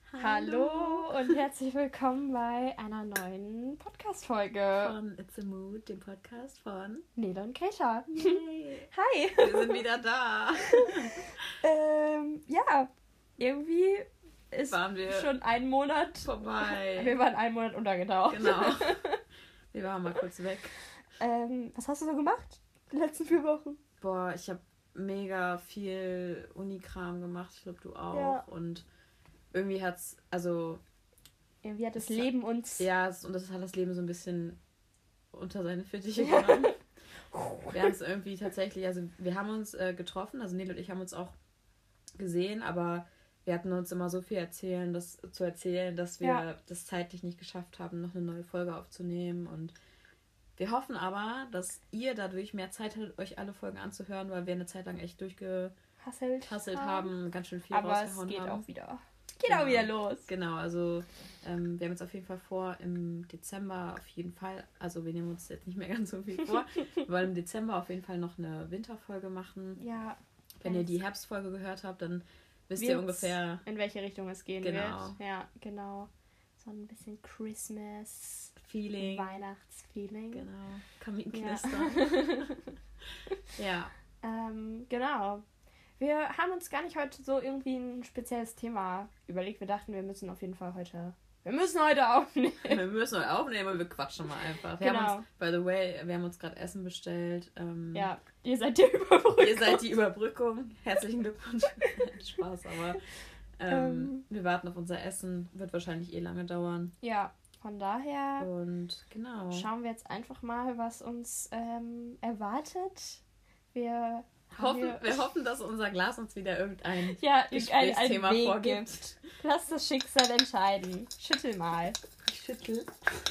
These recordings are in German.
Hallo und herzlich willkommen bei einer neuen Podcast-Folge von It's a Mood, dem Podcast von Nele und Keisha. Yay. Hi! Wir sind wieder da. Ja, irgendwie ist Waren wir schon ein Monat vorbei. Wir waren einen Monat untergetaucht. Genau. Wir waren mal kurz weg. Was hast du so gemacht die letzten 4 Wochen? Boah, ich habe mega viel Unikram gemacht. Ich glaube, du auch. Ja. Und irgendwie hat's, also... Irgendwie hat das Leben uns... Ja, und das hat das Leben so ein bisschen unter seine Fittiche genommen. Wir haben es irgendwie tatsächlich, also wir haben uns getroffen, also Nele und ich haben uns auch gesehen, aber wir hatten uns immer so viel zu erzählen, dass wir das zeitlich nicht geschafft haben, noch eine neue Folge aufzunehmen. Und wir hoffen aber, dass ihr dadurch mehr Zeit hattet, euch alle Folgen anzuhören, weil wir eine Zeit lang echt durchgehasselt haben, ganz schön viel aber rausgehauen es geht haben. auch wieder. Geht auch wieder los. Genau, also wir haben jetzt auf jeden Fall vor, im Dezember auf jeden Fall, also wir nehmen uns jetzt nicht mehr ganz so viel vor, wir wollen im Dezember auf jeden Fall noch eine Winterfolge machen. Ja. Wenn ihr die Herbstfolge gehört habt, dann wisst ihr ungefähr, in welche Richtung es gehen wird. Ja, genau. So ein bisschen Feeling. Weihnachtsfeeling. Genau. Kaminknistern. Ja. Genau. Wir haben uns gar nicht heute so irgendwie ein spezielles Thema überlegt. Wir dachten, wir müssen auf jeden Fall heute aufnehmen. Wir müssen heute aufnehmen und wir quatschen mal einfach. Wir haben uns, by the way, wir haben uns gerade Essen bestellt. Ja, ihr seid die Überbrückung. Ihr seid die Überbrückung. Herzlichen Glückwunsch. Spaß, aber wir warten auf unser Essen. Wird wahrscheinlich lange dauern. Ja, von daher und genau. Schauen wir jetzt einfach mal, was uns erwartet. Wir hoffen, dass unser Glas uns wieder irgendein Gesprächsthema vorgibt. Lass das Schicksal entscheiden. Schüttel mal. Ich schüttel.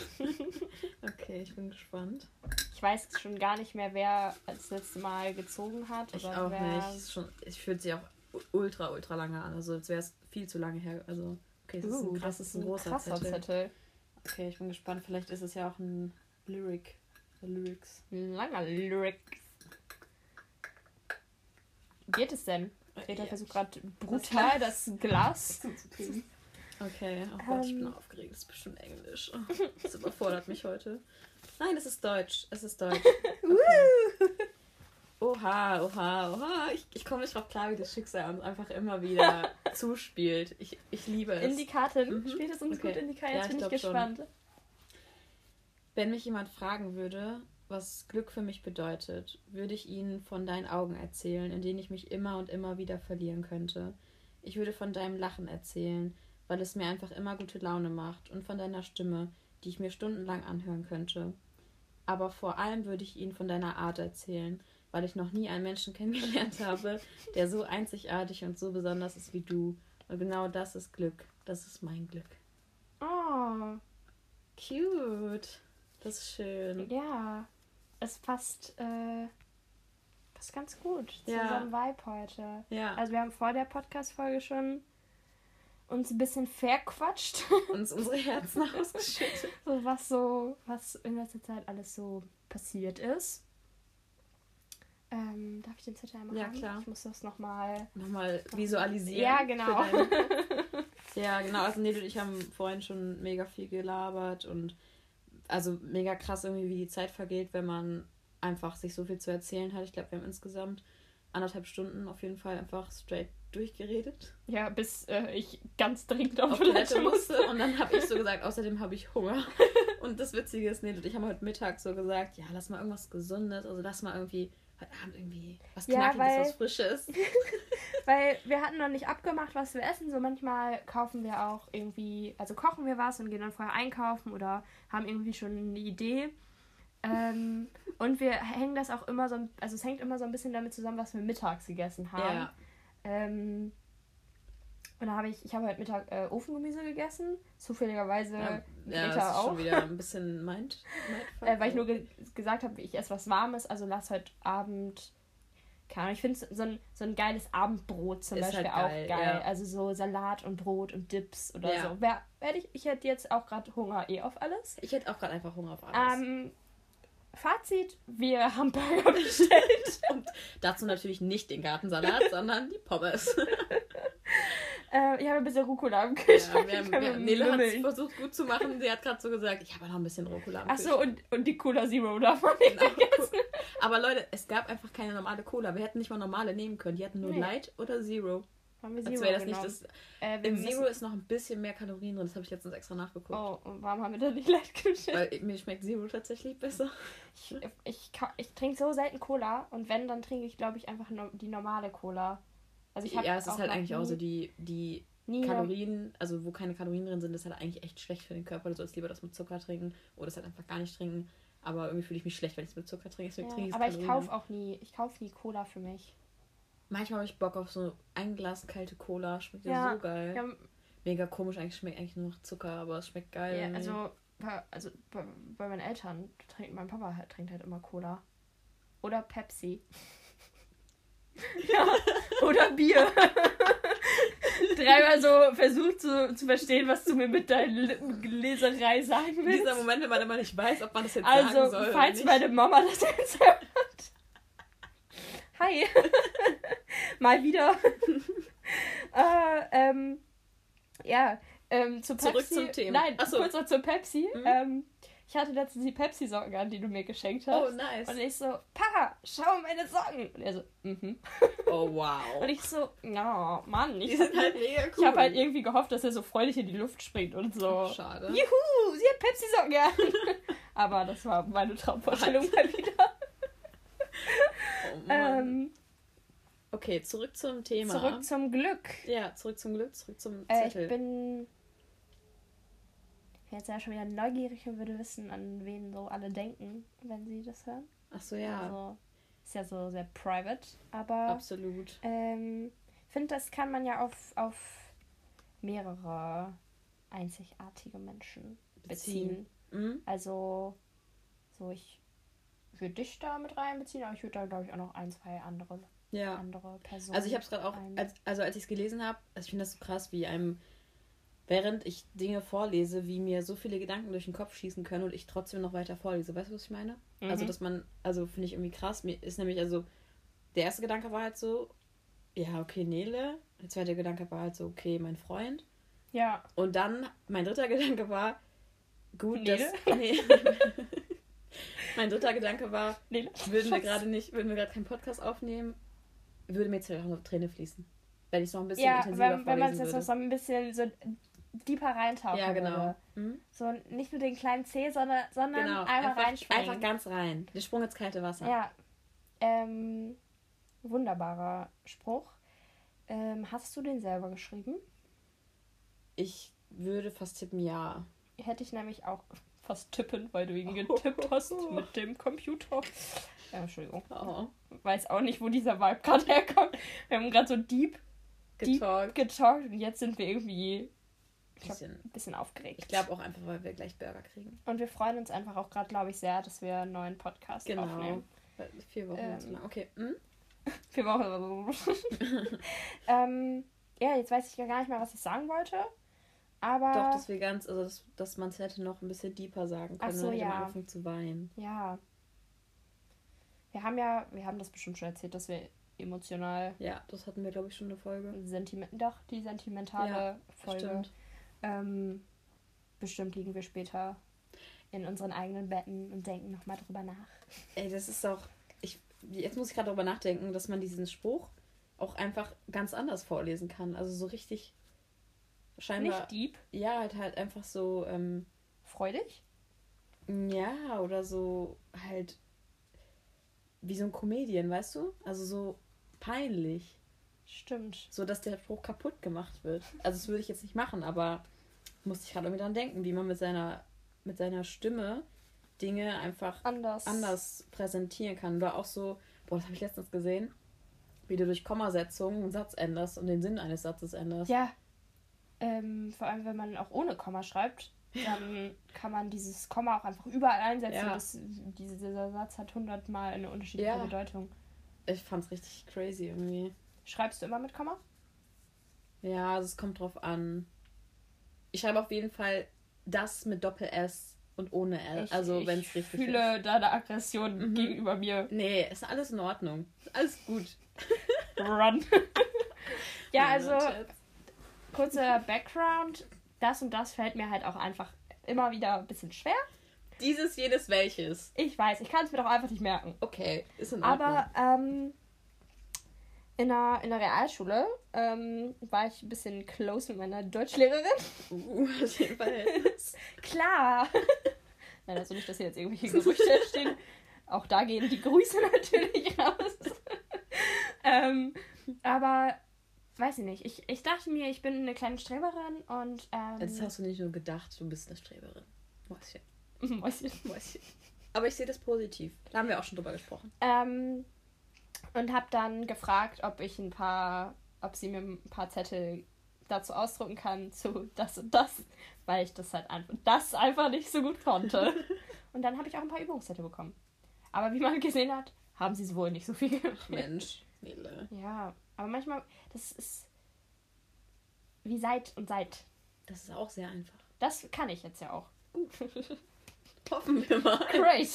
Okay, ich bin gespannt. Ich weiß schon gar nicht mehr, wer das letzte Mal gezogen hat. Ich auch nicht. Ich fühlt sich auch ultra lange an. Also als wäre es viel zu lange her. Also, okay, das ist ein großer Zettel. Okay, ich bin gespannt. Vielleicht ist es ja auch ein Lyrics. Ein langer Lyrics. Wie geht es denn? Greta versucht gerade brutal das Glas zuzukriegen. Okay, oh Gott, ich bin aufgeregt. Das ist bestimmt Englisch. Das überfordert mich heute. Nein, es ist Deutsch. Okay. Oha. Ich komme nicht drauf klar, wie das Schicksal uns einfach immer wieder zuspielt. Ich liebe es. In die Karten? Spielt es uns gut in die Karten? Jetzt bin ich gespannt. Schon. Wenn mich jemand fragen würde, was Glück für mich bedeutet, würde ich ihnen von deinen Augen erzählen, in denen ich mich immer und immer wieder verlieren könnte. Ich würde von deinem Lachen erzählen, weil es mir einfach immer gute Laune macht, und von deiner Stimme, die ich mir stundenlang anhören könnte. Aber vor allem würde ich ihnen von deiner Art erzählen, weil ich noch nie einen Menschen kennengelernt habe, der so einzigartig und so besonders ist wie du. Und genau das ist Glück. Das ist mein Glück. Oh. Cute. Das ist schön. Ja. Es passt ganz gut zu unserem Vibe heute. Ja. Also wir haben vor der Podcast-Folge schon uns ein bisschen verquatscht. Uns unsere Herzen ausgeschüttet. Was in letzter Zeit alles so passiert ist. Darf ich den Zettel einmal haben? Ja, klar. Ich muss das nochmal visualisieren. Ja, genau. Ja, genau. Also Nele und ich haben vorhin schon mega viel gelabert und also mega krass irgendwie, wie die Zeit vergeht, wenn man einfach sich so viel zu erzählen hat. Ich glaube, wir haben insgesamt 1,5 Stunden auf jeden Fall einfach straight durchgeredet. Ja, bis ich ganz dringend auf Toilette musste. Und dann habe ich so gesagt, außerdem habe ich Hunger. Und das Witzige ist, Nele und ich haben heute Mittag so gesagt, ja, lass mal irgendwas Gesundes, also lass mal irgendwie heute Abend irgendwie was Knackiges, was Frisches. Weil wir hatten noch nicht abgemacht, was wir essen. So manchmal kaufen wir auch irgendwie, also kochen wir was und gehen dann vorher einkaufen oder haben irgendwie schon eine Idee. Und wir hängen das auch immer so, also es hängt immer so ein bisschen damit zusammen, was wir mittags gegessen haben. Ja. Und da habe ich heute Mittag Ofengemüse gegessen. Zufälligerweise Greta auch. Schon wieder ein bisschen meint. Weil ich nur gesagt habe, ich esse was Warmes, also lass heute Abend, keine Ahnung, ich finde so ein geiles Abendbrot zum Beispiel halt auch geil. Ja. Also so Salat und Brot und Dips oder so. Ich hätte jetzt auch gerade Hunger auf alles. Ich hätte auch gerade einfach Hunger auf alles. Fazit, wir haben Burger bestellt. Und dazu natürlich nicht den Gartensalat, sondern die Pommes. Ich habe ein bisschen Rucola im Kühlschrank. Nele hat es versucht gut zu machen. Sie hat gerade so gesagt, ich habe noch ein bisschen Rucola im Kühlschrank. Achso, und die Cola Zero darf man nicht vergessen. Aber Leute, es gab einfach keine normale Cola. Wir hätten nicht mal normale nehmen können. Die hatten nur Light oder Zero. Haben wir Zero Als wäre das nicht das... Im Zero ist noch ein bisschen mehr Kalorien drin. Das habe ich letztens extra nachgeguckt. Oh, und warum haben wir da nicht Light gemischt? Weil mir schmeckt Zero tatsächlich besser. Ich trinke so selten Cola. Und wenn, dann trinke ich, glaube ich, einfach nur die normale Cola. Also ich es ist halt eigentlich auch so die Kalorien, also wo keine Kalorien drin sind, ist halt eigentlich echt schlecht für den Körper. Du sollst lieber das mit Zucker trinken oder das halt einfach gar nicht trinken. Aber irgendwie fühle ich mich schlecht, wenn ich es mit Zucker trinke. Deswegen trinke ich es. Aber ich kaufe auch nie Cola für mich. Manchmal habe ich Bock auf so ein Glas kalte Cola. Schmeckt ja so geil. Ja. Mega komisch, eigentlich schmeckt eigentlich nur noch Zucker, aber es schmeckt geil. Ja, also bei meinen Eltern mein Papa trinkt halt immer Cola. Oder Pepsi. Ja, oder Bier. Dreimal so versucht zu verstehen, was du mir mit deinen Lippengläserei sagen willst. Dieser Moment, wenn man immer nicht weiß, ob man das jetzt sagen soll. Also, falls meine Mama das jetzt hört. Hi. Mal wieder. Zu Pepsi. Zurück zum Thema. Nein, kurz noch zur Pepsi. Ich hatte letztens die Pepsi-Socken an, die du mir geschenkt hast. Oh, nice. Und ich so, Papa, schau meine Socken. Und er so, Oh, wow. Und ich so, ja, Mann. Die sind halt mega cool. Ich habe halt irgendwie gehofft, dass er so freudig in die Luft springt und so. Ach, schade. Juhu, sie hat Pepsi-Socken an. Aber das war meine Traumvorstellung mal wieder. Oh, Mann. Okay, zurück zum Thema. Zurück zum Glück. Ja, zurück zum Glück, zurück zum Zettel. Ich bin jetzt ja schon wieder neugierig und würde wissen, an wen so alle denken, wenn sie das hören. Ach so, ja. Also, ist ja so sehr private, aber... Absolut. Ich finde, das kann man ja auf mehrere einzigartige Menschen beziehen. Mhm. Also, so ich würde dich da mit reinbeziehen, aber ich würde da, glaube ich, auch noch ein, zwei andere Personen. Also ich habe es gerade auch, als ich es gelesen habe, also ich finde das so krass, wie während ich Dinge vorlese, wie mir so viele Gedanken durch den Kopf schießen können und ich trotzdem noch weiter vorlese. Weißt du, was ich meine? Mhm. Also, finde ich irgendwie krass. Mir ist nämlich, also, der erste Gedanke war halt so, ja, okay, Nele. Der zweite Gedanke war halt so, okay, mein Freund. Ja. Und dann, mein dritter Gedanke war, gut, Nele? Mein dritter Gedanke war, Nele? würden wir gerade keinen Podcast aufnehmen, würde mir jetzt halt auch eine Träne fließen. Wenn ich es noch ein bisschen intensiver vorlesen wenn man es würde. jetzt noch so ein bisschen so deeper reintauchen Ja, genau. würde. Mhm. So nicht nur den kleinen C, sondern Genau, einmal reinspringen. Einfach ganz rein. Der Sprung ins kalte Wasser. Ja. Wunderbarer Spruch. Hast du den selber geschrieben? Ich würde fast tippen, ja. Hätte ich nämlich auch fast tippen, weil du ihn getippt hast mit dem Computer. Ja, Entschuldigung. Oh. Weiß auch nicht, wo dieser Vibe gerade herkommt. Wir haben gerade so deep getalkt und jetzt sind wir irgendwie ein bisschen aufgeregt. Ich glaube auch einfach, weil wir gleich Burger kriegen. Und wir freuen uns einfach auch gerade, glaube ich, sehr, dass wir einen neuen Podcast aufnehmen. 4 Wochen zu lang. Okay. 4 Wochen. Ja, jetzt weiß ich gar nicht mehr, was ich sagen wollte. Aber... Doch, dass wir dass man es hätte noch ein bisschen deeper sagen können. Ach so, hätte ja. man angefangen zu weinen. Ja. Wir haben das bestimmt schon erzählt, dass wir emotional... Ja, das hatten wir, glaube ich, schon eine Folge. Die sentimentale Folge. Stimmt. Bestimmt liegen wir später in unseren eigenen Betten und denken nochmal drüber nach. Ey, das ist auch... Jetzt muss ich gerade darüber nachdenken, dass man diesen Spruch auch einfach ganz anders vorlesen kann. Also so richtig scheinbar... Nicht deep? Ja, halt einfach so... freudig? Ja, oder so halt... Wie so ein Comedian, weißt du? Also so peinlich. Stimmt. So, dass der Spruch kaputt gemacht wird. Also das würde ich jetzt nicht machen, aber musste ich gerade irgendwie dran denken, wie man mit seiner Stimme Dinge einfach anders präsentieren kann. Oder auch so, das habe ich letztens gesehen, wie du durch Kommasetzungen einen Satz änderst und den Sinn eines Satzes änderst. Ja. Vor allem, wenn man auch ohne Komma schreibt, dann kann man dieses Komma auch einfach überall einsetzen. Ja. Dieser Satz hat 100-mal eine unterschiedliche Bedeutung. Ich fand's richtig crazy irgendwie. Schreibst du immer mit Komma? Ja, also es kommt drauf an. Ich schreibe auf jeden Fall das mit Doppel-S und ohne L. Also wenn es richtig ist. Ich fühle deine Aggression gegenüber mir. Nee, ist alles in Ordnung. Ist alles gut. Run. Ja, also kurzer Background. Das und das fällt mir halt auch einfach immer wieder ein bisschen schwer. Dieses, jenes, welches. Ich weiß, ich kann es mir doch einfach nicht merken. Okay, ist in Ordnung. Aber in der Realschule war ich ein bisschen close mit meiner Deutschlehrerin. Auf jeden Fall. Klar. Nein, also nicht, dass hier jetzt irgendwelche Gerüchte entstehen. Auch da gehen die Grüße natürlich raus. Aber, weiß ich nicht. Ich dachte mir, ich bin eine kleine Streberin und... Jetzt hast du nicht nur gedacht, du bist eine Streberin. Mäuschen. Mäuschen. Aber ich sehe das positiv. Da haben wir auch schon drüber gesprochen. Und habe dann gefragt, ob sie mir ein paar Zettel dazu ausdrucken kann, zu das und das, weil ich das halt einfach nicht so gut konnte. Und dann habe ich auch ein paar Übungszettel bekommen. Aber wie man gesehen hat, haben sie es wohl nicht so viel gemacht. Mensch, Nele. Ja, aber manchmal, das ist wie Seit und Seit. Das ist auch sehr einfach. Das kann ich jetzt ja auch. Hoffen wir mal. Great.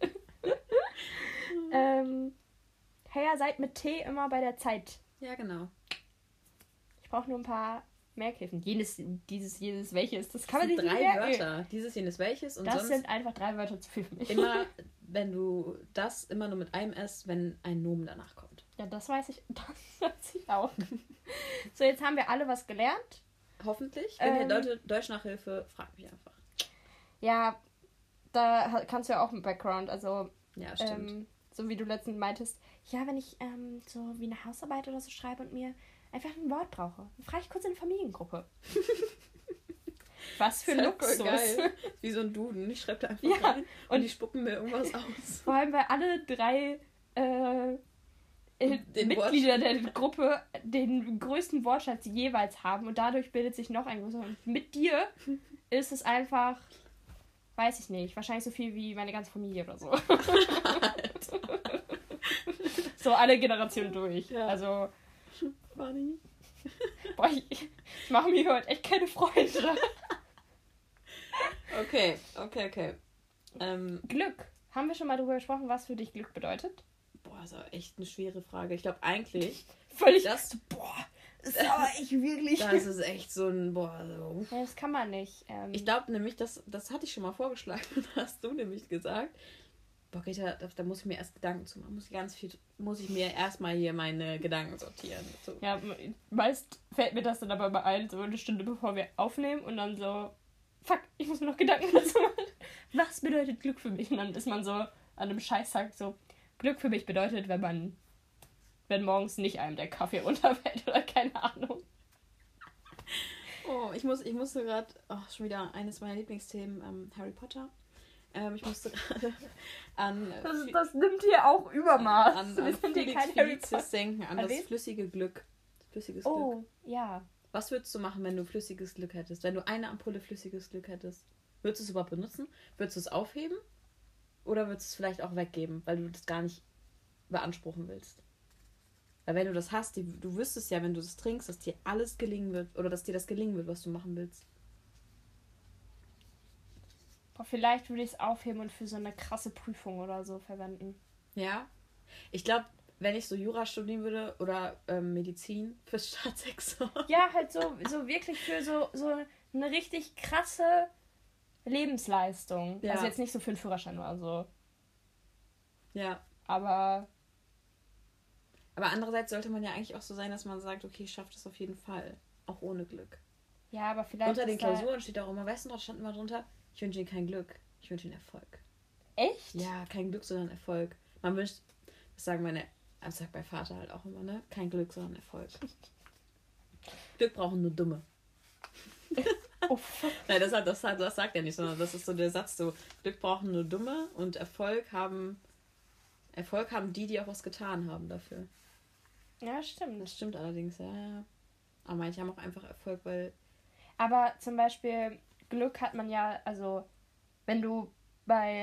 Herr, seid mit T immer bei der Zeit. Ja, genau. Ich brauche nur ein paar Merkhilfen. Jenes, welches. Das kann man sich 3 nicht merken. Wörter. Dieses, jenes, welches. Und das sonst sind einfach 3 Wörter zu viel für mich. immer, wenn du das immer nur mit einem S, wenn ein Nomen danach kommt. Ja, das weiß ich. Das weiß ich auch. So, jetzt haben wir alle was gelernt. Hoffentlich. Wenn ihr Leute Deutschnachhilfe, fragt mich einfach. Ja, da kannst du ja auch einen Background. Also, Ja, stimmt. so wie du letztens meintest, ja, wenn ich so wie eine Hausarbeit oder so schreibe und mir einfach ein Wort brauche, dann frage ich kurz in eine Familiengruppe. Was für Das ist Luxus. voll geil. Wie so ein Duden. Ich schreibe da einfach Ja, rein und die spucken mir irgendwas aus. Vor allem, weil alle 3 Mitglieder der Gruppe den größten Wortschatz jeweils haben und dadurch bildet sich noch ein größerer. Und mit dir ist es einfach, weiß ich nicht, wahrscheinlich so viel wie meine ganze Familie oder so. So alle Generationen durch. Ja. Also, Funny. boah, ich mache mir heute echt keine Freunde. Okay. Glück. Haben wir schon mal darüber gesprochen, was für dich Glück bedeutet? Boah, ist aber echt eine schwere Frage. Ich glaube eigentlich, Völlig. das ist aber ich wirklich. ist echt so ein, so. Ja, das kann man nicht. Ich glaube nämlich, das hatte ich schon mal vorgeschlagen. Da hast du nämlich gesagt, boah, Greta, da muss ich mir erst Gedanken zu machen. Muss ich mir erstmal hier meine Gedanken sortieren. So. Ja, meist fällt mir das dann aber mal ein, so eine Stunde bevor wir aufnehmen und dann so, fuck, ich muss mir noch Gedanken dazu machen. Was bedeutet Glück für mich? Und dann ist man so an einem Scheißtag so, Glück für mich bedeutet, wenn morgens nicht einem der Kaffee runterfällt oder keine Ahnung. Oh, ich musste gerade, schon wieder eines meiner Lieblingsthemen, Harry Potter. Ich musste gerade an... Das nimmt hier auch Übermaß. An Wir sind hier Felix kein Harry Felicis Potter. denken, an das flüssige Glück. Flüssiges Glück. Oh, ja. Was würdest du machen, wenn du flüssiges Glück hättest? Wenn du eine Ampulle flüssiges Glück hättest? Würdest du es überhaupt benutzen? Würdest du es aufheben? Oder würdest du es vielleicht auch weggeben, weil du das gar nicht beanspruchen willst? Weil wenn du das hast, du wüsstest ja, wenn du das trinkst, dass dir alles gelingen wird, oder dass dir das gelingen wird, was du machen willst. Boah, vielleicht würde ich es aufheben und für so eine krasse Prüfung oder so verwenden. Ja? Ich glaube, wenn ich so Jura studieren würde oder Medizin fürs Staatsexamen. Ja, halt so wirklich für so eine richtig krasse Lebensleistung. Ja. Also jetzt nicht so für einen Führerschein oder so. Ja. Aber andererseits sollte man ja eigentlich auch so sein, dass man sagt, okay, ich schaffe das auf jeden Fall. Auch ohne Glück. ja, aber vielleicht Unter den ist Klausuren steht auch immer, weißt du noch, stand immer drunter, ich wünsche Ihnen kein Glück, ich wünsche Ihnen Erfolg. Echt? Ja, kein Glück, sondern Erfolg. Man wünscht, das sagt mein Vater halt auch immer, ne? Kein Glück, sondern Erfolg. Glück brauchen nur Dumme. Oh, fuck. Nein, das sagt er nicht, sondern das ist so der Satz so, Glück brauchen nur Dumme und Erfolg haben die auch was getan haben dafür. Ja, stimmt. Das stimmt allerdings, ja. Aber manche haben auch einfach Erfolg, weil... Aber zum Beispiel Glück hat man ja, also wenn du bei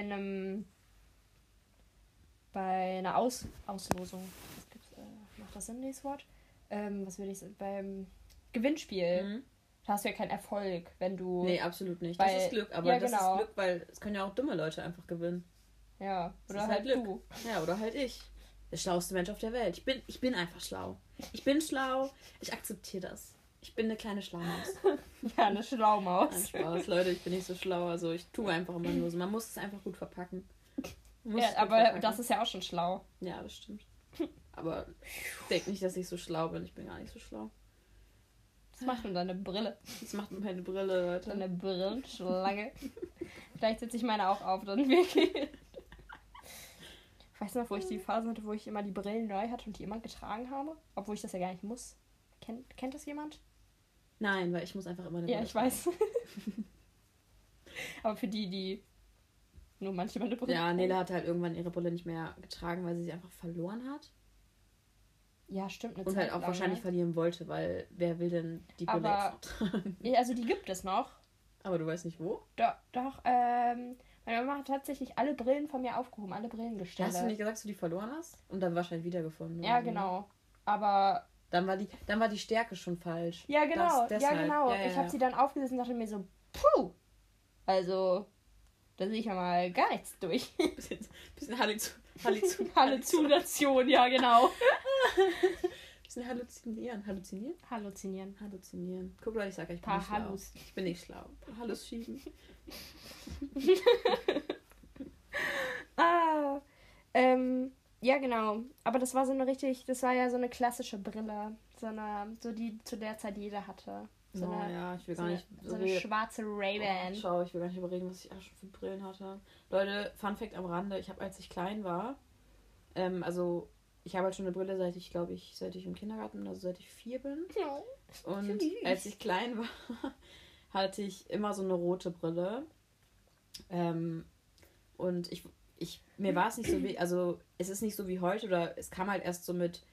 einer Auslosung, macht das Sinn, dieses Wort? Was würde ich sagen? Beim Gewinnspiel, da hast du ja keinen Erfolg, wenn du... Nee, absolut nicht. Weil, das ist Glück, aber ja, das genau. ist Glück, weil es können ja auch dumme Leute einfach gewinnen. Ja, Das oder ist halt Glück. du. Ja, oder halt ich. Der schlauste Mensch auf der Welt. Ich bin einfach schlau. Ich bin schlau. Ich akzeptiere das. Ich bin eine kleine Schlaumaus. Ja, eine Schlaumaus. Nein, Spaß, Leute, ich bin nicht so schlau. Also ich tue einfach immer nur so. Man muss es einfach gut verpacken. Ja, aber das ist ja auch schon schlau. Ja, das stimmt. Aber denk nicht, dass ich so schlau bin. Ich bin gar nicht so schlau. Das macht nur deine Brille. Das macht nur meine Brille, Leute. Deine Brillenschlange. Vielleicht setze ich meine auch auf, dann wirklich. Ich weiß noch, wo ich die Phase hatte, wo ich immer die Brillen neu hatte und die immer getragen habe. Obwohl ich das ja gar nicht muss. Kennt das jemand? Nein, weil ich muss einfach immer eine Ja, Brille ich weiß. Aber für die nur manchmal eine Brille. Ja, Nele hat halt irgendwann ihre Brille nicht mehr getragen, weil sie einfach verloren hat. Ja, stimmt. Und halt auch wahrscheinlich verlieren wollte, weil wer will denn die Brille aber extra tragen? Ja, also die gibt es noch. Aber du weißt nicht wo? Doch, meine Mama hat tatsächlich alle Brillen von mir aufgehoben, alle Brillengestelle. Hast du nicht gesagt, dass du die verloren hast? Und dann wahrscheinlich wiedergefunden. Ja, genau. Aber Dann war die Stärke schon falsch. ja, genau. Deshalb. Ja, genau. Ja, ich habe sie dann aufgesetzt und dachte mir so, puh. Also, da sehe ich ja mal gar nichts durch. Bisschen Halluzination, ja, genau. Bisschen halluzinieren. Halluzinieren. Guck mal, ich sage, ich bin nicht schlau. Hallus. Ich bin nicht schlau. Hallus schieben. Ja, genau. Aber das war das war ja so eine klassische Brille. Die zu der Zeit jeder hatte. Ich will gar nicht. So eine schwarze Ray-Ban. Ich will gar nicht überreden, was ich auch schon für Brillen hatte. Leute, Fun Fact am Rande, als ich klein war, also ich habe halt schon eine Brille, seit ich im Kindergarten bin, also seit ich 4 bin. Ja, und als ich klein war, hatte ich immer so eine rote Brille. Und mir war es nicht so wie, also es ist nicht so wie heute, oder es kam halt erst so mit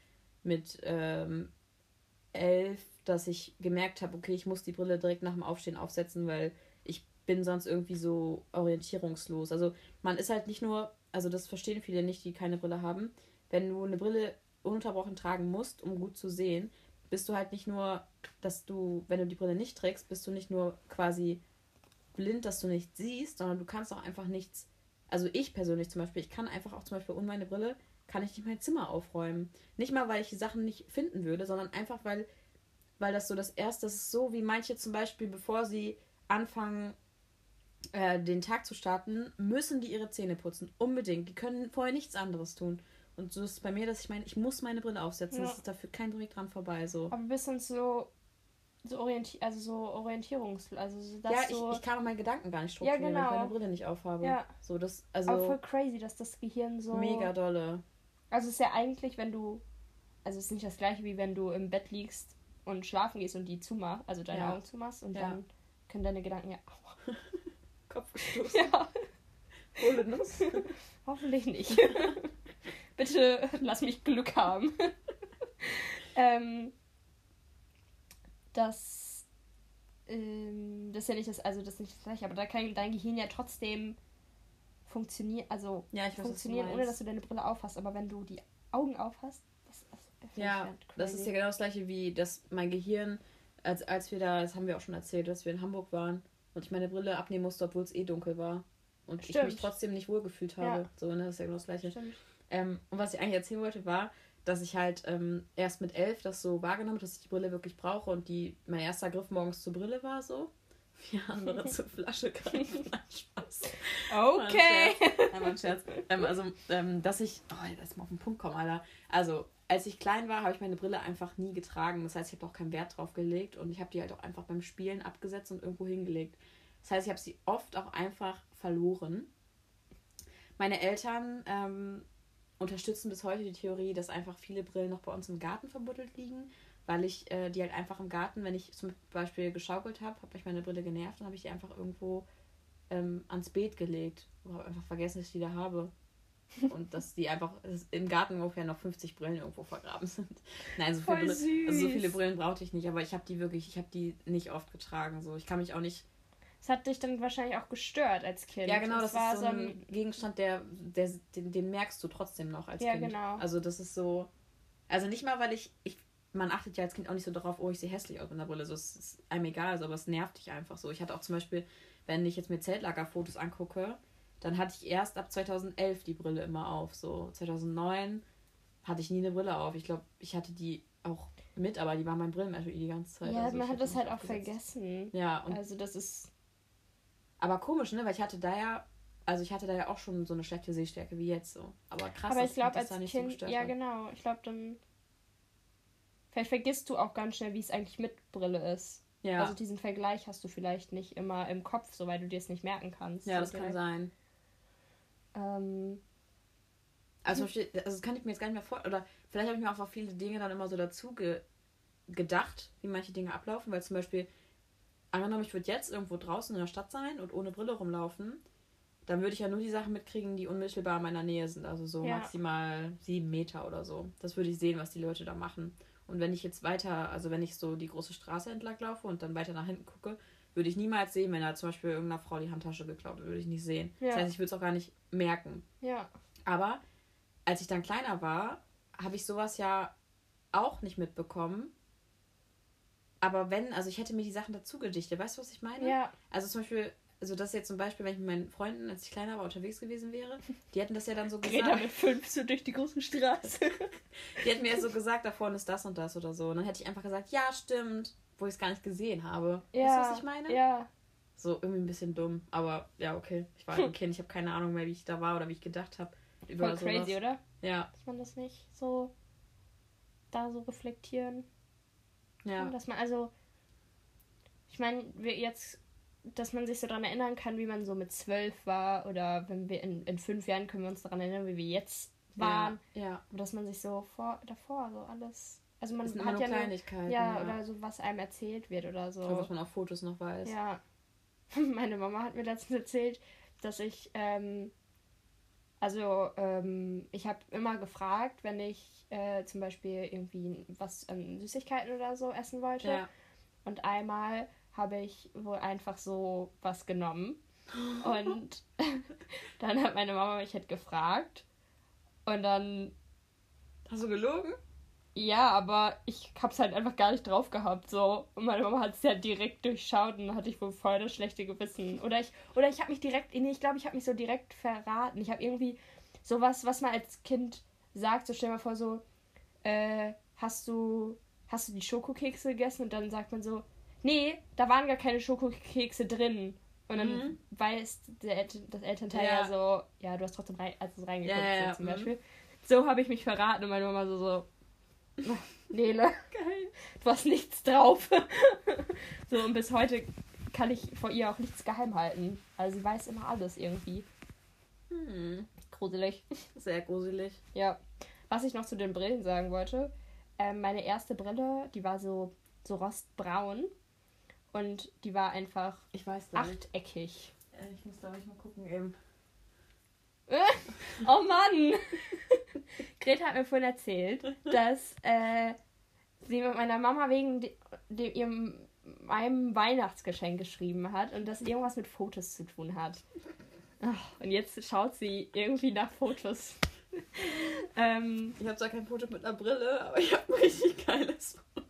11, dass ich gemerkt habe, okay, ich muss die Brille direkt nach dem Aufstehen aufsetzen, weil ich bin sonst irgendwie so orientierungslos. Also man ist halt nicht nur, also das verstehen viele nicht, die keine Brille haben, wenn du eine Brille ununterbrochen tragen musst, um gut zu sehen, bist du halt nicht nur, wenn du die Brille nicht trägst, bist du nicht nur quasi blind, dass du nichts siehst, sondern du kannst auch einfach nichts, also ich persönlich zum Beispiel, ich kann einfach auch zum Beispiel ohne meine Brille, kann ich nicht mein Zimmer aufräumen. Nicht mal, weil ich die Sachen nicht finden würde, sondern einfach, weil das so das ist so, wie manche zum Beispiel, bevor sie anfangen, den Tag zu starten, müssen die ihre Zähne putzen. Unbedingt. Die können vorher nichts anderes tun. Und so ist es bei mir, dass ich muss meine Brille aufsetzen. Ja. Das ist dafür kein Weg dran vorbei. So. Aber bist du so orientierungs... Also das ich kann auch meinen Gedanken gar nicht strukturieren, weil ich meine Brille nicht aufhabe. Ja. So, aber voll crazy, dass das Gehirn so... Mega dolle. Also es ist ja eigentlich, wenn du... Also es ist nicht das gleiche, wie wenn du im Bett liegst und schlafen gehst und die zumachst, also deine Augen zumachst und dann können deine Gedanken Kopf gestoßen. Ja. Ohne Nuss. Hoffentlich nicht. Bitte lass mich Glück haben. Das ist ja nicht das gleiche, aber da kann dein Gehirn ja trotzdem funktionieren, ohne dass du deine Brille aufhast, aber wenn du die Augen aufhast, das ist ja genau das gleiche wie, dass mein Gehirn, als wir das haben wir auch schon erzählt, dass wir in Hamburg waren und ich meine Brille abnehmen musste, obwohl es dunkel war und ich mich trotzdem nicht wohlgefühlt habe. Ja. So, ne, das ist ja genau das gleiche. Und was ich eigentlich erzählen wollte, war, dass ich halt erst mit 11 das so wahrgenommen habe, dass ich die Brille wirklich brauche und mein erster Griff morgens zur Brille war so. Wie andere zur Flasche greifen. Spaß. Okay. Ein Scherz. Dass ich... Oh, lass mal auf den Punkt kommen, Alter. Also, als ich klein war, habe ich meine Brille einfach nie getragen. Das heißt, ich habe auch keinen Wert drauf gelegt und ich habe die halt auch einfach beim Spielen abgesetzt und irgendwo hingelegt. Das heißt, ich habe sie oft auch einfach verloren. Meine Eltern unterstützen bis heute die Theorie, dass einfach viele Brillen noch bei uns im Garten verbuddelt liegen, weil ich die halt einfach im Garten, wenn ich zum Beispiel geschaukelt habe, habe ich meine Brille genervt und habe ich die einfach irgendwo ans Beet gelegt. Und habe einfach vergessen, dass ich die da habe. Und dass die einfach im Garten ungefähr noch 50 Brillen irgendwo vergraben sind. Nein, so viele Brillen brauchte ich nicht, aber ich habe die nicht oft getragen. So. Ich kann mich auch nicht... Das hat dich dann wahrscheinlich auch gestört als Kind. Ja, genau, das ist so ein Gegenstand, den merkst du trotzdem noch als Kind. Ja, genau. Also das ist so... Also nicht mal, weil man achtet ja als Kind auch nicht so darauf, ich sehe hässlich aus mit der Brille. So, es ist einem egal, aber es nervt dich einfach so. Ich hatte auch zum Beispiel, wenn ich jetzt mir Zeltlagerfotos angucke, dann hatte ich erst ab 2011 die Brille immer auf. So 2009 hatte ich nie eine Brille auf. Ich glaube, ich hatte die auch mit, aber die war mein Brillenetui die ganze Zeit. Ja, also man ich hat hätte das nicht halt auch aufgesetzt. vergessen. Ja, und Also das ist... aber komisch, ne? Weil ich hatte da ja auch schon so eine schlechte Sehstärke wie jetzt so. Aber krass, aber ich dass glaube, das als da nicht so Kind... gestört Ja, hat. genau. Ich glaube, dann... Vielleicht vergisst du auch ganz schnell, wie es eigentlich mit Brille ist. Ja, Also diesen Vergleich hast du vielleicht nicht immer im Kopf, so weil du dir es nicht merken kannst. ja, so das kann direkt. sein. Also das kann ich mir jetzt gar nicht mehr vorstellen. Oder vielleicht habe ich mir auch viele Dinge dann immer so dazu gedacht, wie manche Dinge ablaufen. Weil zum Beispiel, angenommen, ich würde jetzt irgendwo draußen in der Stadt sein und ohne Brille rumlaufen, dann würde ich ja nur die Sachen mitkriegen, die unmittelbar in meiner Nähe sind. Also so Ja. maximal 7 Meter oder so. Das würde ich sehen, was die Leute da machen. Und wenn ich jetzt wenn ich so die große Straße entlang laufe und dann weiter nach hinten gucke, würde ich niemals sehen, wenn da zum Beispiel irgendeiner Frau die Handtasche geklaut wird, würde ich nicht sehen. Ja. Das heißt, ich würde es auch gar nicht merken. Ja. Aber als ich dann kleiner war, habe ich sowas ja auch nicht mitbekommen. Aber ich hätte mir die Sachen dazu gedichtet. Weißt du, was ich meine? Ja. Also zum Beispiel, das ist jetzt zum Beispiel, wenn ich mit meinen Freunden, als ich kleiner war, unterwegs gewesen wäre, die hätten das ja dann so Greta gesagt. mit 5 so durch die große Straße. Die hätten mir ja so gesagt, da vorne ist das und das oder so. Und dann hätte ich einfach gesagt, ja, stimmt, wo ich es gar nicht gesehen habe. Ja. Weißt du, was ich meine? Ja. So irgendwie ein bisschen dumm. Aber ja, okay. Ich war halt ein Kind, ich habe keine Ahnung mehr, wie ich da war oder wie ich gedacht habe. Voll crazy, oder? Ja. Dass man das nicht so da so reflektieren Ja. kann. Dass man, also, ich meine, dass man sich so daran erinnern kann, wie man so mit 12 war oder wenn wir in 5 Jahren können wir uns daran erinnern, wie wir jetzt waren. Ja. Und dass man sich so davor so alles, also man Das sind immer hat nur ja nur, Kleinigkeiten. ja, oder so, was einem erzählt wird oder so. Oder was man auf Fotos noch weiß. Ja. Meine Mama hat mir letztens erzählt, dass ich, ich habe immer gefragt, wenn ich zum Beispiel irgendwie was an Süßigkeiten oder so essen wollte. Ja. Und einmal habe ich wohl einfach so was genommen. Und dann hat meine Mama mich halt gefragt. Und dann, Hast du gelogen? ja, aber ich hab's halt einfach gar nicht drauf gehabt, so. Und meine Mama hat es ja direkt durchschaut und dann hatte ich wohl voll das schlechte Gewissen. Oder ich habe mich direkt, nee, ich glaube, ich habe mich so direkt verraten. Ich habe irgendwie sowas, was man als Kind sagt, so stell dir mal vor, so, hast du die Schokokekse gegessen? Und dann sagt man so, nee, da waren gar keine Schokokekse drin. Und dann weiß das Elternteil ja so, ja, du hast trotzdem reingeguckt, so zum Beispiel. So habe ich mich verraten und meine Mama so, Nele, geil, du hast nichts drauf. So, und bis heute kann ich vor ihr auch nichts geheim halten. Also sie weiß immer alles irgendwie. Gruselig. Sehr gruselig. Ja. Was ich noch zu den Brillen sagen wollte, meine erste Brille, die war so rostbraun und die war einfach Ich weiß nicht. achteckig. Ich muss, glaube ich, mal gucken eben. Oh Mann! Greta hat mir vorhin erzählt, dass sie mit meiner Mama wegen meinem Weihnachtsgeschenk geschrieben hat und das irgendwas mit Fotos zu tun hat. Oh, und jetzt schaut sie irgendwie nach Fotos. Ich habe zwar kein Foto mit einer Brille, aber ich habe ein richtig geiles Foto.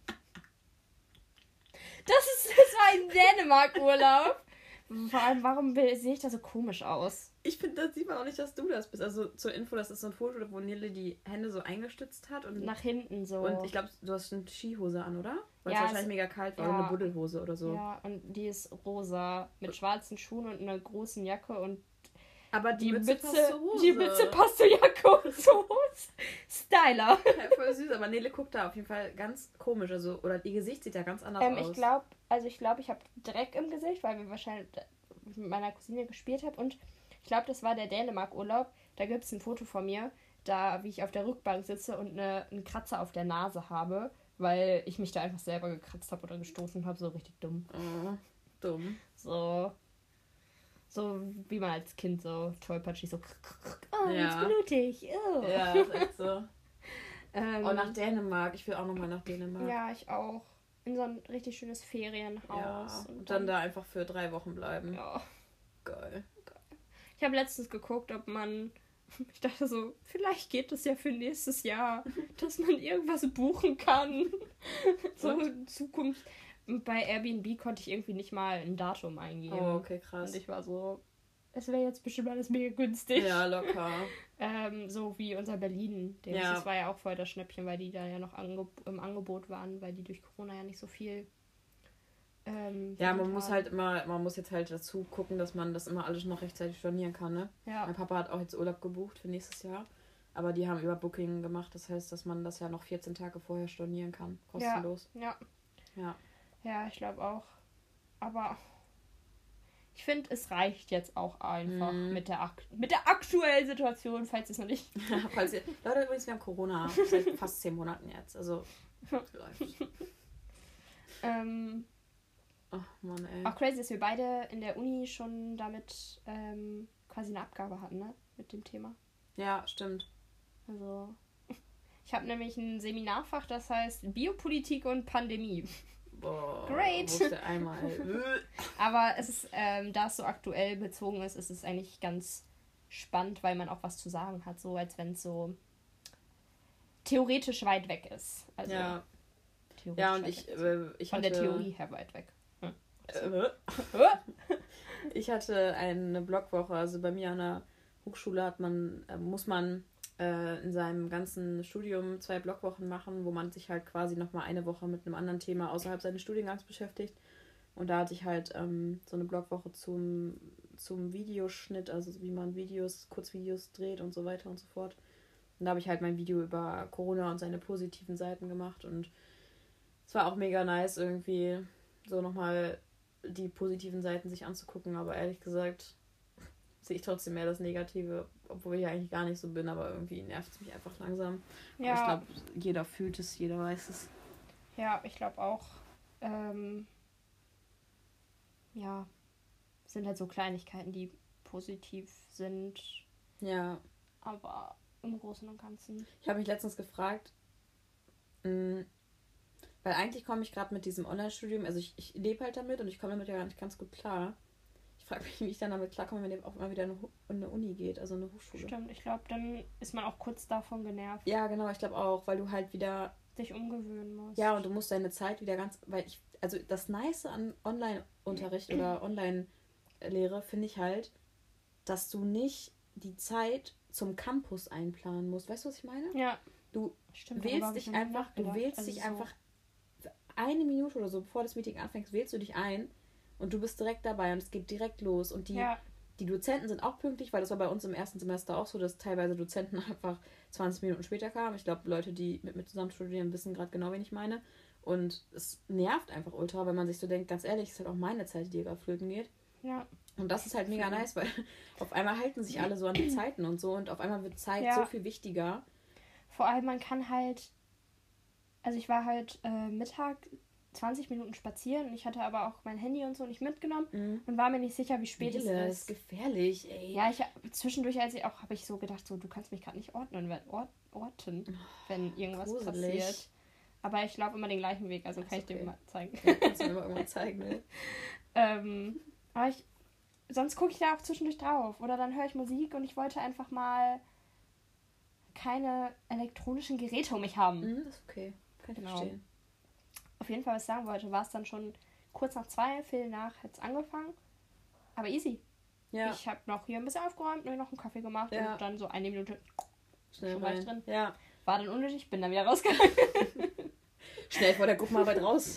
Das war ein Dänemark-Urlaub. Vor allem, warum sehe ich da so komisch aus? Ich finde, das sieht man auch nicht, dass du das bist. Also zur Info, das ist so ein Foto, wo Nele die Hände so eingestützt hat. Und nach hinten so. Und ich glaube, du hast eine Skihose an, oder? Weil Ja, es wahrscheinlich mega kalt war. ja. Oder eine Buddelhose oder so. Ja, und die ist rosa. Mit schwarzen Schuhen und einer großen Jacke und Aber die Mütze passt zur Hose. Die Mütze passt zur Jacke und zur Hose. Styler. Ja, voll süß, aber Nele guckt da auf jeden Fall ganz komisch. Also, oder ihr Gesicht sieht ja ganz anders aus. Ich glaube, ich habe Dreck im Gesicht, weil wir wahrscheinlich mit meiner Cousine gespielt haben. Und ich glaube, das war der Dänemark-Urlaub. Da gibt es ein Foto von mir, wie ich auf der Rückbank sitze und einen Kratzer auf der Nase habe, weil ich mich da einfach selber gekratzt habe oder gestoßen habe. So richtig dumm. Oh, dumm. So wie man als Kind so tollpatschig so Ja. jetzt blutig. Oh. Ja, das ist echt so. Oh, nach Dänemark. Ich will auch nochmal nach Dänemark. Ja, ich auch. In so ein richtig schönes Ferienhaus. Ja, und dann da einfach für 3 Wochen bleiben. Ja. Geil. Ich habe letztens geguckt, ich dachte so, vielleicht geht es ja für nächstes Jahr, dass man irgendwas buchen kann. So in Zukunft. Und bei Airbnb konnte ich irgendwie nicht mal ein Datum eingeben. Oh, okay, krass. Und ich war so, es wäre jetzt bestimmt alles mega günstig. Ja, locker. So wie unser Berlin. Ja. Das war ja auch voll das Schnäppchen, weil die da ja noch im Angebot waren, weil die durch Corona ja nicht so viel. Ja, man muss jetzt halt dazu gucken, dass man das immer alles noch rechtzeitig stornieren kann, ne? Ja. Mein Papa hat auch jetzt Urlaub gebucht für nächstes Jahr. Aber die haben über Booking gemacht. Das heißt, dass man das ja noch 14 Tage vorher stornieren kann. Kostenlos. Ja. Ja. Ja, ich glaube auch. Aber ich finde, es reicht jetzt auch einfach mit der aktuellen Situation, falls es noch nicht. Leute, übrigens, wir haben Corona seit fast 10 Monaten jetzt. Also, läuft. Ach, Mann, ey. Auch crazy, dass wir beide in der Uni schon damit quasi eine Abgabe hatten, ne? Mit dem Thema. Ja, stimmt. Also, ich habe nämlich ein Seminarfach, das heißt Biopolitik und Pandemie. Boah, Great! Wusste einmal. Aber es ist, da es so aktuell bezogen ist, ist es eigentlich ganz spannend, weil man auch was zu sagen hat, so als wenn es so theoretisch weit weg ist. Also, ja. Theoretisch Ja, und ich ich von hatte... der Theorie her weit weg. Ich hatte eine Blockwoche. Also bei mir an der Hochschule muss man in seinem ganzen Studium 2 Blockwochen machen, wo man sich halt quasi nochmal eine Woche mit einem anderen Thema außerhalb seines Studiengangs beschäftigt. Und da hatte ich halt so eine Blockwoche zum Videoschnitt, also wie man Kurzvideos dreht und so weiter und so fort. Und da habe ich halt mein Video über Corona und seine positiven Seiten gemacht. Und es war auch mega nice, irgendwie so nochmal die positiven Seiten sich anzugucken. Aber ehrlich gesagt sehe ich trotzdem mehr das Negative, obwohl ich eigentlich gar nicht so bin, aber irgendwie nervt es mich einfach langsam. Ja. Aber ich glaube, jeder fühlt es, jeder weiß es. Ja, ich glaube auch. Ja, sind halt so Kleinigkeiten, die positiv sind. Ja. Aber im Großen und Ganzen. Ich habe mich letztens gefragt, weil eigentlich komme ich gerade mit diesem Online-Studium, also ich lebe halt damit und ich komme damit ja gar nicht ganz gut klar. Ich frage mich, wie ich dann damit klarkomme, wenn ihr auch mal wieder in eine Uni geht, also eine Hochschule. Stimmt, ich glaube, dann ist man auch kurz davon genervt. Ja, genau, ich glaube auch, weil du halt wieder dich umgewöhnen musst. Ja, und du musst deine Zeit wieder also das Nice an Online-Unterricht oder Online-Lehre finde ich halt, dass du nicht die Zeit zum Campus einplanen musst. Weißt du, was ich meine? Ja. Du Stimmt, wählst dich einfach, eine Minute oder so, bevor das Meeting anfängt, wählst du dich ein und du bist direkt dabei und es geht direkt los. Und die Dozenten sind auch pünktlich, weil das war bei uns im ersten Semester auch so, dass teilweise Dozenten einfach 20 Minuten später kamen. Ich glaube, Leute, die mit mir zusammen studieren, wissen gerade genau, wen ich meine. Und es nervt einfach ultra, wenn man sich so denkt, ganz ehrlich, es ist halt auch meine Zeit, die gerade flöten geht. Ja. Und das ist halt mega nice, weil auf einmal halten sich alle so an die Zeiten und so und auf einmal wird Zeit so viel wichtiger. Vor allem, man kann halt, also ich war halt Mittag 20 Minuten spazieren und ich hatte aber auch mein Handy und so nicht mitgenommen und war mir nicht sicher, wie spät es ist. Das ist gefährlich, ey. Ja, zwischendurch habe ich so gedacht, so, du kannst mich gerade nicht orten, wenn irgendwas passiert. Aber ich laufe immer den gleichen Weg, also kann ich dir mal zeigen. Ja, kannst du mir mal irgendwann zeigen, ne? Aber sonst gucke ich da auch zwischendurch drauf. Oder dann höre ich Musik und ich wollte einfach mal keine elektronischen Geräte um mich haben. Das ist okay. Kann ich verstehen. Auf jeden Fall, was ich sagen wollte, war es dann schon kurz nach 2, viel nach, hat es angefangen. Aber easy. Ja. Ich habe noch hier ein bisschen aufgeräumt, mir noch einen Kaffee gemacht und dann so eine Minute schnell schon war ich drin. Ja. War dann unnötig, bin dann wieder rausgegangen. Schnell vor der Gruppenarbeit raus.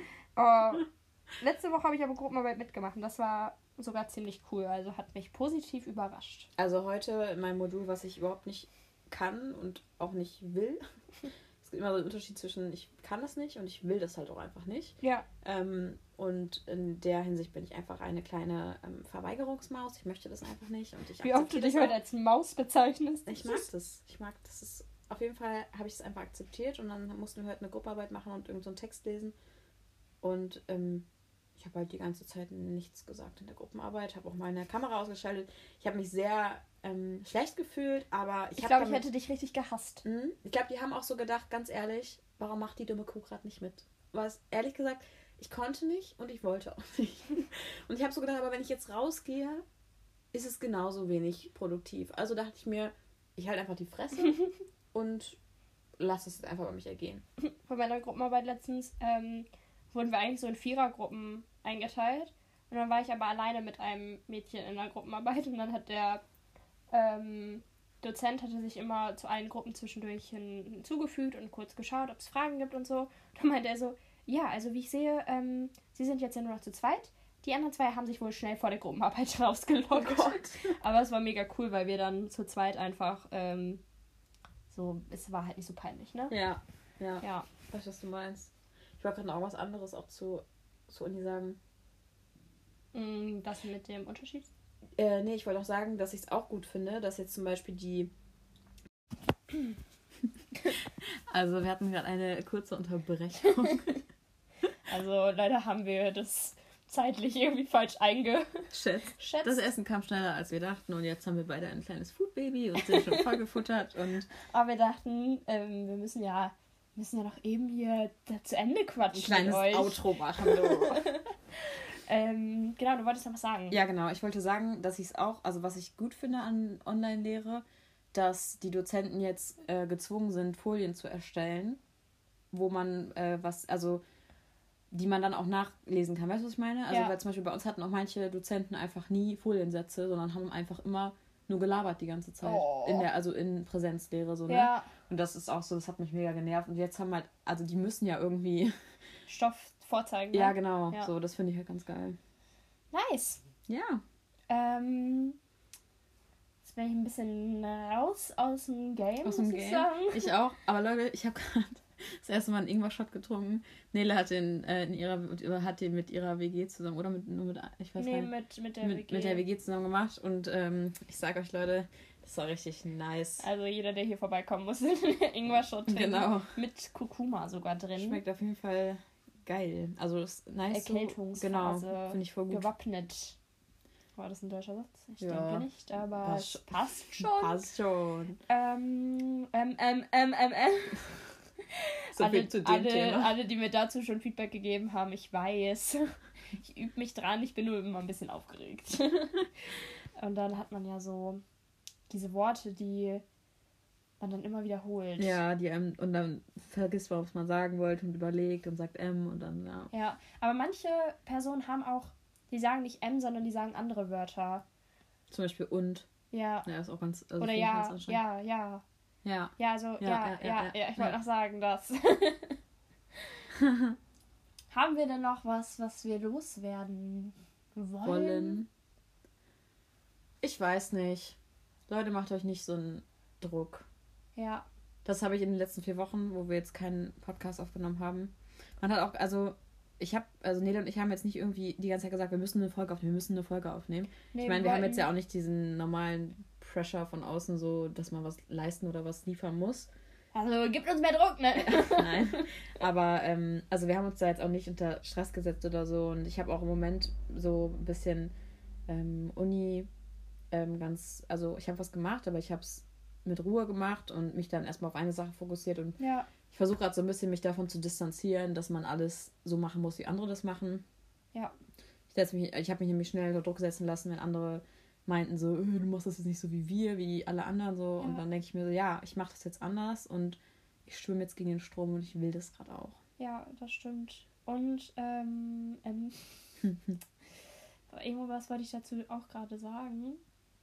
Letzte Woche habe ich aber Gruppenarbeit mitgemacht und das war sogar ziemlich cool. Also hat mich positiv überrascht. Also heute in meinem Modul, was ich überhaupt nicht kann und auch nicht will. Es gibt immer so einen Unterschied zwischen ich kann das nicht und ich will das halt auch einfach nicht. Ja. Und in der Hinsicht bin ich einfach eine kleine Verweigerungsmaus. Ich möchte das einfach nicht. Und wie oft du dich heute als Maus bezeichnest. Ich mag das. Auf jeden Fall habe ich es einfach akzeptiert und dann mussten wir heute eine Gruppenarbeit machen und irgend so einen Text lesen. Und ich habe halt die ganze Zeit nichts gesagt in der Gruppenarbeit, habe auch meine Kamera ausgeschaltet. Ich habe mich sehr schlecht gefühlt, aber ich glaube, ich hätte dich richtig gehasst. Ich glaube, die haben auch so gedacht, ganz ehrlich, warum macht die dumme Kuh gerade nicht mit? Was, ehrlich gesagt, ich konnte nicht und ich wollte auch nicht. Und ich habe so gedacht, aber wenn ich jetzt rausgehe, ist es genauso wenig produktiv. Also dachte ich mir, ich halte einfach die Fresse und lasse es einfach bei mich ergehen. Bei meiner Gruppenarbeit letztens wurden wir eigentlich so in 4er-Gruppen eingeteilt. Und dann war ich aber alleine mit einem Mädchen in der Gruppenarbeit und dann hat der Dozent hatte sich immer zu allen Gruppen zwischendurch hinzugefügt und kurz geschaut, ob es Fragen gibt und so. Und dann meinte er so, ja, also wie ich sehe, sie sind jetzt ja nur noch zu zweit. Die anderen zwei haben sich wohl schnell vor der Gruppenarbeit rausgelockt. Oh Gott. Aber es war mega cool, weil wir dann zu zweit einfach so, es war halt nicht so peinlich, ne? Ja. Ja. Weißt du, was du meinst? Ich wollte gerade noch was anderes auch zur Uni sagen. Das mit dem Unterschied? Nee, ich wollte auch sagen, dass ich es auch gut finde, dass jetzt zum Beispiel die... Also wir hatten gerade eine kurze Unterbrechung. Also leider haben wir das zeitlich irgendwie falsch eingeschätzt. Das Essen kam schneller, als wir dachten. Und jetzt haben wir beide ein kleines Foodbaby und sind schon voll gefuttert. Aber wir dachten, wir müssen ja noch eben hier zu Ende quatschen. Ein kleines Outro machen. Genau, du wolltest noch was sagen. Ja, genau. Ich wollte sagen, dass ich es auch, also was ich gut finde an Online-Lehre, dass die Dozenten jetzt gezwungen sind, Folien zu erstellen, wo man die man dann auch nachlesen kann. Weißt du, was ich meine? Also, weil zum Beispiel bei uns hatten auch manche Dozenten einfach nie Foliensätze, sondern haben einfach immer nur gelabert die ganze Zeit. Oh. In Präsenzlehre, so, ne? Ja. Und das ist auch so, das hat mich mega genervt. Und jetzt haben halt, also die müssen ja irgendwie Stoff vorzeigen. Ne? Ja, genau. Ja. So, das finde ich halt ganz geil. Nice. Ja. Jetzt bin ich ein bisschen raus aus dem Game, Aus dem muss ich Game. sagen. Ich auch. Aber Leute, ich habe gerade das erste Mal einen Ingwer-Shot getrunken. Nele hat den mit ihrer WG zusammen, oder ich weiß Nee, nicht. mit der WG. Mit der WG zusammen gemacht. Und ich sag euch, Leute, das war richtig nice. Also jeder, der hier vorbeikommen muss, Ingwer-Shot trinken. Genau. Mit Kurkuma sogar drin. Schmeckt auf jeden Fall geil. Also das ist nice. Erkältungsphase. Genau, finde ich voll gut. Gewappnet. War das ein deutscher Satz? Ich Ja. denke nicht, aber es passt schon. Passt schon. So viel zu dem Thema. Alle, die mir dazu schon Feedback gegeben haben, ich weiß. Ich übe mich dran, ich bin nur immer ein bisschen aufgeregt. Und dann hat man ja so diese Worte, die man dann immer wiederholt. Ja, und dann vergisst man, was man sagen wollte und überlegt und sagt und dann, ja. Ja, aber manche Personen haben auch, die sagen nicht sondern die sagen andere Wörter. Zum Beispiel und. Ja. Ja, ist auch ganz... Also oder ja. Ja, also, ich wollte noch sagen, dass... Haben wir denn noch was wir loswerden wollen? Ich weiß nicht. Leute, macht euch nicht so einen Druck. Ja. Das habe ich in den letzten 4 Wochen, wo wir jetzt keinen Podcast aufgenommen haben. Man hat auch, Nele und ich haben jetzt nicht irgendwie die ganze Zeit gesagt, wir müssen eine Folge aufnehmen. Nee, ich meine, wir haben jetzt ja auch nicht diesen normalen Pressure von außen, so, dass man was leisten oder was liefern muss. Also, gibt uns mehr Druck, ne? Nein. Aber, wir haben uns da jetzt auch nicht unter Stress gesetzt oder so. Und ich habe auch im Moment so ein bisschen Uni ich habe was gemacht, aber ich habe es mit Ruhe gemacht und mich dann erstmal auf eine Sache fokussiert. Und ich versuche gerade so ein bisschen mich davon zu distanzieren, dass man alles so machen muss, wie andere das machen. Ja. Ich habe mich nämlich schnell unter Druck setzen lassen, wenn andere meinten so, du machst das jetzt nicht so wie alle anderen so. Ja. Und dann denke ich mir so, ja, ich mache das jetzt anders und ich schwimme jetzt gegen den Strom und ich will das gerade auch. Ja, das stimmt. Und irgendwas wollte ich dazu auch gerade sagen.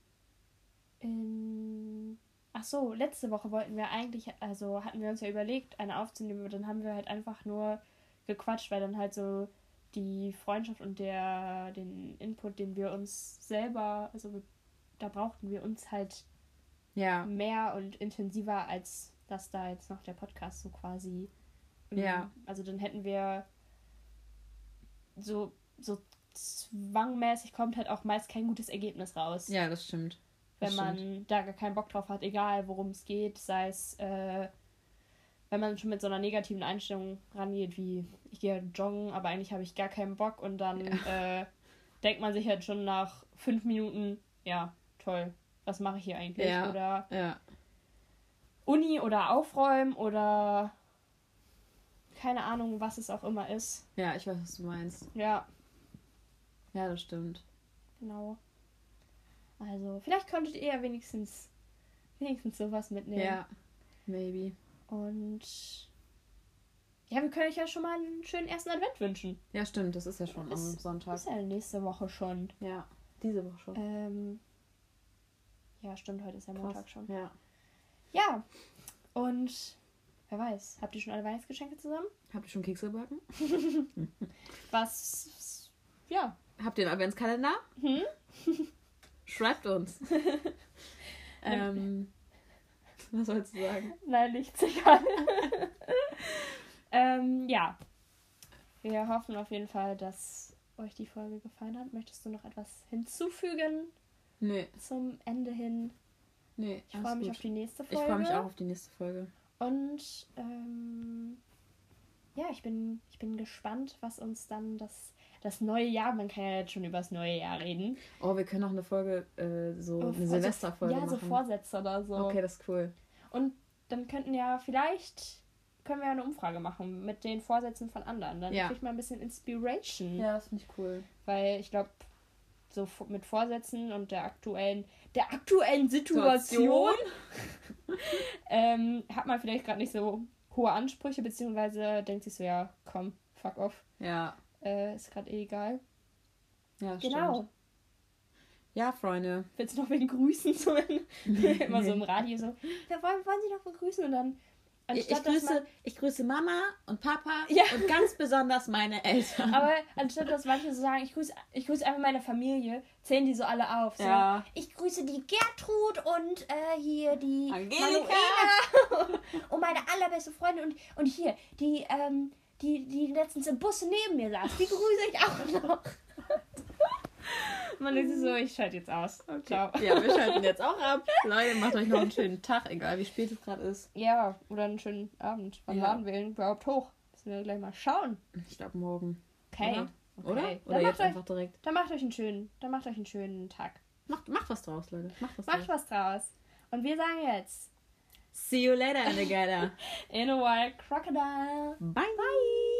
Ach so, letzte Woche hatten wir uns ja überlegt, eine aufzunehmen, aber dann haben wir halt einfach nur gequatscht, weil dann halt so die Freundschaft und den Input, den wir uns selber, also da brauchten wir uns halt mehr und intensiver, als dass da jetzt noch der Podcast so quasi. Ja. Also dann hätten wir so zwangmäßig kommt halt auch meist kein gutes Ergebnis raus. Ja, das stimmt. Wenn man da gar keinen Bock drauf hat, egal worum es geht, sei es, wenn man schon mit so einer negativen Einstellung rangeht, wie ich gehe joggen, aber eigentlich habe ich gar keinen Bock und dann denkt man sich halt schon nach 5 Minuten, ja, toll, was mache ich hier eigentlich? Ja. Oder Uni oder Aufräumen oder keine Ahnung, was es auch immer ist. Ja, ich weiß, was du meinst. Ja. Ja, das stimmt. Genau. Also, vielleicht konntet ihr ja wenigstens sowas mitnehmen. Ja, maybe. Und Ja, wir können euch ja schon mal einen schönen ersten Advent wünschen. Ja, stimmt, das ist ja schon am Sonntag. Ist ja nächste Woche schon. Ja, diese Woche schon. Ja, stimmt, heute ist ja Montag schon. Ja. Ja, und wer weiß, habt ihr schon alle Weihnachtsgeschenke zusammen? Habt ihr schon Kekse gebacken? Was, ja. Habt ihr einen Adventskalender? Schreibt uns. Was sollst du sagen? Nein, nichts, egal. Ja. Wir hoffen auf jeden Fall, dass euch die Folge gefallen hat. Möchtest du noch etwas hinzufügen? Nee. Zum Ende hin. Nee. Ich freue mich auf die nächste Folge. Ich freue mich auch auf die nächste Folge. Und ja, ich bin gespannt, was uns dann das neue Jahr, man kann ja jetzt schon über das neue Jahr reden. Oh, wir können auch eine Folge, eine Silvesterfolge machen. Ja, so Vorsätze oder so. Okay, das ist cool. Und dann können wir ja eine Umfrage machen mit den Vorsätzen von anderen. Dann kriegt man ein bisschen Inspiration. Ja, das finde ich cool. Weil ich glaube, so mit Vorsätzen und der aktuellen Situation hat man vielleicht gerade nicht so hohe Ansprüche, beziehungsweise denkt sich so, ja, komm, fuck off. Ja. Ist gerade egal. Ja, genau. Stimmt. Ja, Freunde. Willst du noch wen grüßen? So immer so im Radio so, wir wollen Sie noch begrüßen? Und dann Ich grüße Mama und Papa Ja. und ganz besonders meine Eltern. Aber anstatt dass manche so sagen, ich grüße einfach meine Familie, zählen die so alle auf. So, Ja. ich grüße die Gertrud und hier die Angelika Manuela und meine allerbeste Freundin und hier die letztens im Bus neben mir saß. Die grüße ich auch noch. Man ist so, ich schalte jetzt aus. Okay. Ciao. Ja, wir schalten jetzt auch ab. Leute, macht euch noch einen schönen Tag, egal wie spät es gerade ist. Ja, oder einen schönen Abend. Wann laden wir ihn überhaupt hoch? Müssen wir gleich mal schauen. Ich glaube morgen. Okay. Oder? Okay. Oder jetzt einfach direkt. Dann macht euch einen schönen Tag. Macht was draus, Leute. Macht was draus. Und wir sagen jetzt See you later, Alligator. In a while, Crocodile. Bye. Bye.